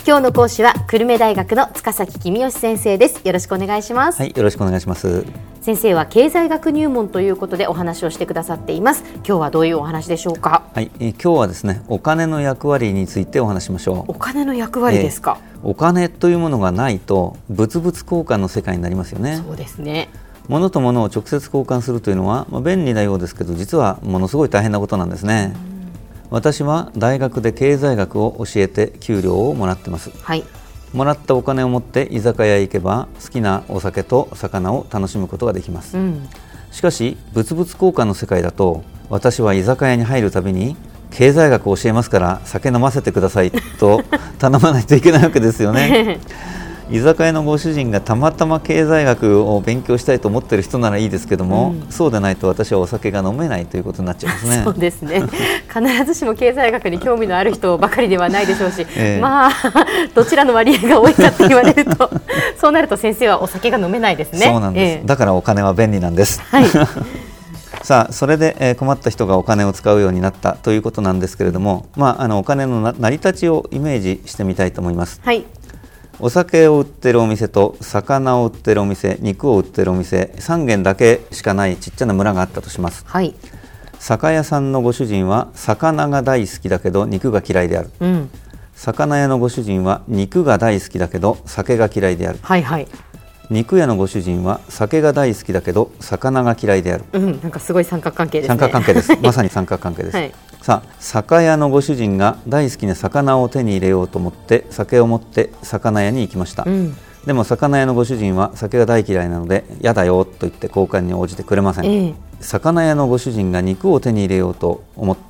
今日の講師は久留米大学の塚崎公義先生です。よろしくお願いします。 はい、よろしくお願いします。 先生は経済学入門ということでお話をしてくださっています。今日はどういうお話でしょうか。 はい、今日はですね、お金の役割についてお話しましょう。 お金の役割ですか。 お金というものがないと物々交換の世界になりますよね。 そうですね。 物と物を直接交換するというのは、便利なようですけど、実はものすごい大変なことなんですね。私は大学で経済学を教えて給料をもらってます。 はい。 もらったお金を持って居酒屋へ行けば好きなお酒と魚を楽しむことができます。しかし物々交換の世界だと、私は居酒屋に入るたびに経済学を教えますから酒飲ませてくださいと頼まないといけないわけですよね。居酒屋のご主人がたまたま経済学を勉強したいと思っている人ならいいですけども、そうでないと私はお酒が飲めないということになっちゃいますね。 そうですね。必ずしも経済学に興味のある人ばかりではないでしょうし、どちらの割合が多いかって言われるとそうなると先生はお酒が飲めないですね。 そうなんです、だからお金は便利なんです。はい。さあ、それで困った人がお金を使うようになったということなんですけれども、お金の成り立ちをイメージしてみたいと思います。 はい。 お酒を売ってるお店と魚を売ってるお店、肉を売ってるお店、3軒だけしかないちっちゃな村があったとします。 はい。 酒屋さんのご主人は魚が大好きだけど肉が嫌いである。魚屋のご主人は肉が大好きだけど酒が嫌いである。 はいはい。 肉屋のご主人は酒が大好きだけど魚が嫌いである。 なんかすごい三角関係ですね。 三角関係です。まさに三角関係です。はい。さあ、酒屋のご主人が大好きな魚を手に入れようと思って酒を持って魚屋に行きました。でも魚屋のご主人は酒が大嫌いなので嫌だよと言って交換に応じてくれません。魚屋のご主人が肉を手に入れようと思って、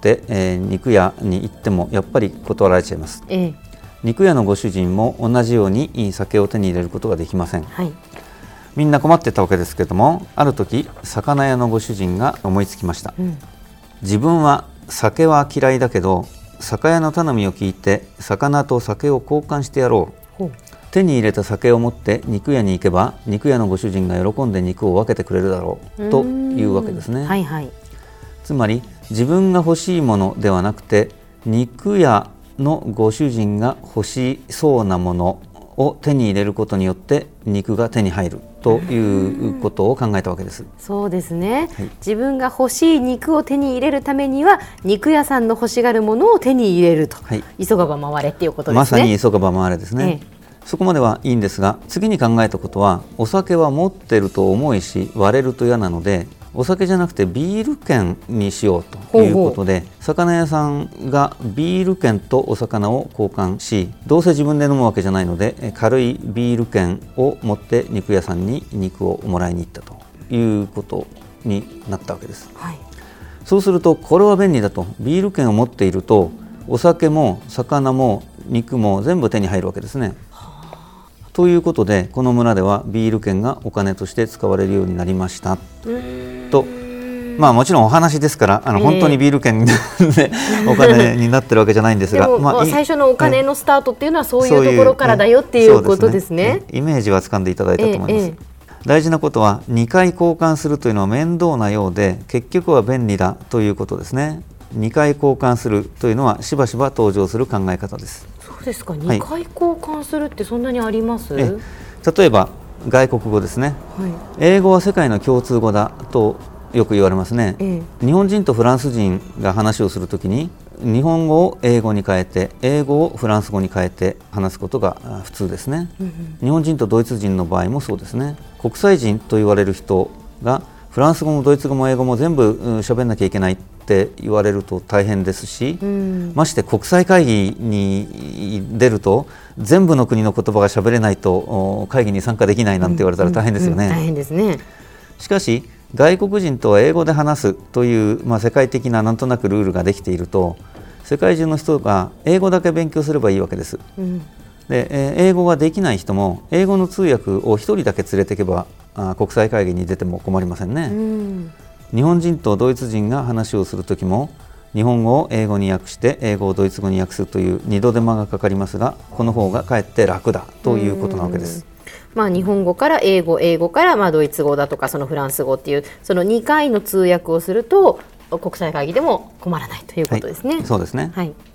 肉屋に行ってもやっぱり断られちゃいます。肉屋のご主人も同じように酒を手に入れることができません。はい。みんな困ってたわけですけども、ある時魚屋のご主人が思いつきました。自分は酒は嫌いだけど酒屋の頼みを聞いて魚と酒を交換してやろう。手に入れた酒を持って肉屋に行けば肉屋のご主人が喜んで肉を分けてくれるだろうというわけですね。はいはい。つまり自分が欲しいものではなくて肉屋のご主人が欲しそうなものを手に入れることによって肉が手に入るということを考えたわけです。 そうですね、はい。自分が欲しい肉を手に入れるためには肉屋さんの欲しがるものを手に入れると、はい、急がば回れっていうことですね。 まさに急がば回れですね。そこまではいいんですが、次に考えたことは、お酒は持ってると重いし割れると嫌なので、お酒じゃなくてビール券にしようということで、魚屋さんがビール券とお魚を交換し、どうせ自分で飲むわけじゃないので軽いビール券を持って肉屋さんに肉をもらいに行ったということになったわけです。はい。そうするとこれは便利だと。ビール券を持っているとお酒も魚も肉も全部手に入るわけですね。ということでこの村ではビール券がお金として使われるようになりましたと。もちろんお話ですから、本当にビール券でお金になってるわけじゃないんですが、 でも最初のお金のスタートっていうのはそういうところからだよっていうことですね。 イメージは掴んでいただいたと思います。大事なことは2回交換するというのは面倒なようで結局は便利だということですね。2回交換するというのはしばしば登場する考え方です。 そうですか。2回交換するってそんなにあります？ 例えば外国語ですね。はい、英語は世界の共通語だとよく言われますね。日本人とフランス人が話をするときに日本語を英語に変えて英語をフランス語に変えて話すことが普通ですね。日本人とドイツ人の場合もそうですね。国際人と言われる人がフランス語もドイツ語も英語も全部喋んなきゃいけないって言われると大変ですし、まして国際会議に出ると全部の国の言葉が喋れないと会議に参加できないなんて言われたら大変ですよね。 大変ですね。 しかし外国人とは英語で話すという、世界的ななんとなくルールができていると世界中の人が英語だけ勉強すればいいわけです。で英語ができない人も英語の通訳を一人だけ連れていけば国際会議に出ても困りませんね。日本人とドイツ人が話をするときも日本語を英語に訳して英語をドイツ語に訳すという二度手間がかかりますがこの方がかえって楽だということなわけです。 日本語から英語、英語からドイツ語だとかそのフランス語っていうその2回の通訳をすると国際会議でも困らないということですね。 そうですね。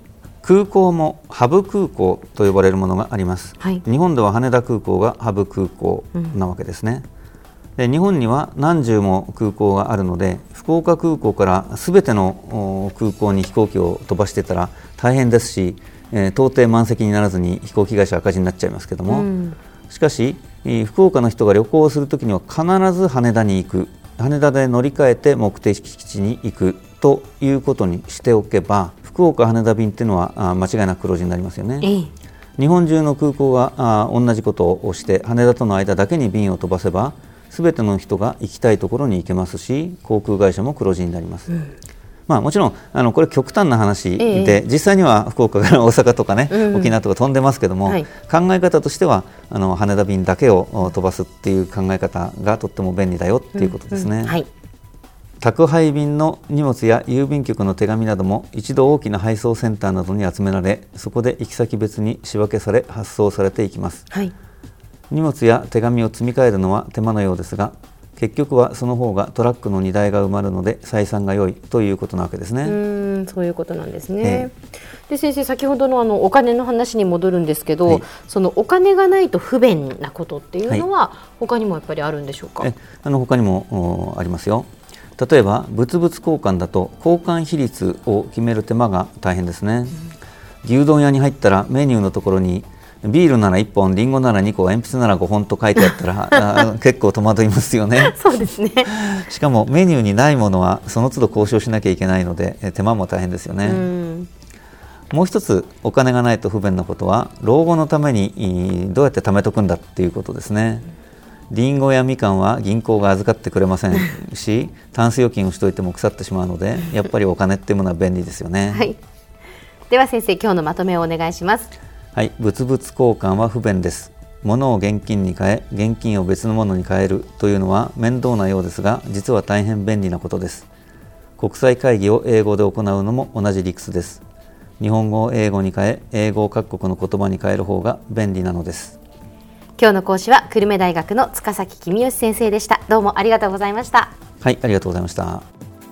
空港もハブ空港と呼ばれるものがあります、はい、日本では羽田空港がハブ空港なわけですね、で日本には何十も空港があるので、福岡空港からすべての空港に飛行機を飛ばしていたら大変ですし、到底満席にならずに飛行機会社赤字になっちゃいますけども、しかし福岡の人が旅行をするときには必ず羽田に行く、羽田で乗り換えて目的地に行くということにしておけば、福岡羽田便っていうのは間違いなく黒字になりますよね、日本中の空港が同じことをして羽田との間だけに便を飛ばせば、すべての人が行きたいところに行けますし、航空会社も黒字になります、もちろんこれ極端な話で、実際には福岡から大阪とかね、沖縄とか飛んでますけども、考え方としては羽田便だけを飛ばすっていう考え方がとっても便利だよっていうことですね、宅配便の荷物や郵便局の手紙なども一度大きな配送センターなどに集められ、そこで行き先別に仕分けされ発送されていきます、荷物や手紙を積み替えるのは手間のようですが、結局はその方がトラックの荷台が埋まるので採算が良いということなわけですね。 そういうことなんですね、で先生、先ほどのお金の話に戻るんですけど、そのお金がないと不便なことっていうのは、他にもやっぱりあるんでしょうか。 他にもありますよ。例えば物々交換だと交換比率を決める手間が大変ですね、牛丼屋に入ったらメニューのところにビールなら1本、リンゴなら2個、鉛筆なら5本と書いてあったら結構戸惑いますよね。 そうですね。 しかもメニューにないものはその都度交渉しなきゃいけないので手間も大変ですよね。もう一つお金がないと不便なことは、老後のためにどうやって貯めとくんだっていうことですね。リンゴやみかんは銀行が預かってくれませんし、タンス預金をしておいても腐ってしまうので、やっぱりお金っていうものは便利ですよね。 では先生、今日のまとめをお願いします。 物々交換は不便です。物を現金に変え、現金を別のものに変えるというのは面倒なようですが、実は大変便利なことです。国際会議を英語で行うのも同じ理屈です。日本語を英語に変え、英語を各国の言葉に変える方が便利なのです。 今日の講師は久留米大学の塚崎公義先生でした。どうもありがとうございました。 ありがとうございました。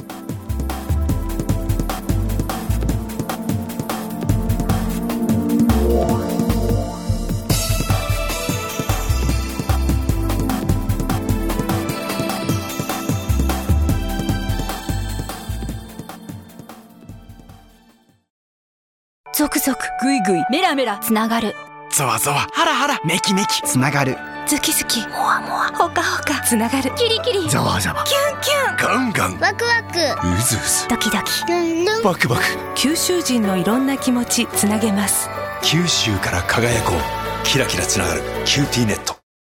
ゾクゾクグイグイメラメラつながる、 ゾワゾワハラハラメキメキつながる、 ズキズキモワモワホカホカつながる、キリキリザワザワキュンキュンガンガンワクワクうずうずドキドキルンルンバクバク、 九州人のいろんな気持ちつなげます。 九州から輝こう、キラキラつながるキューティーネット。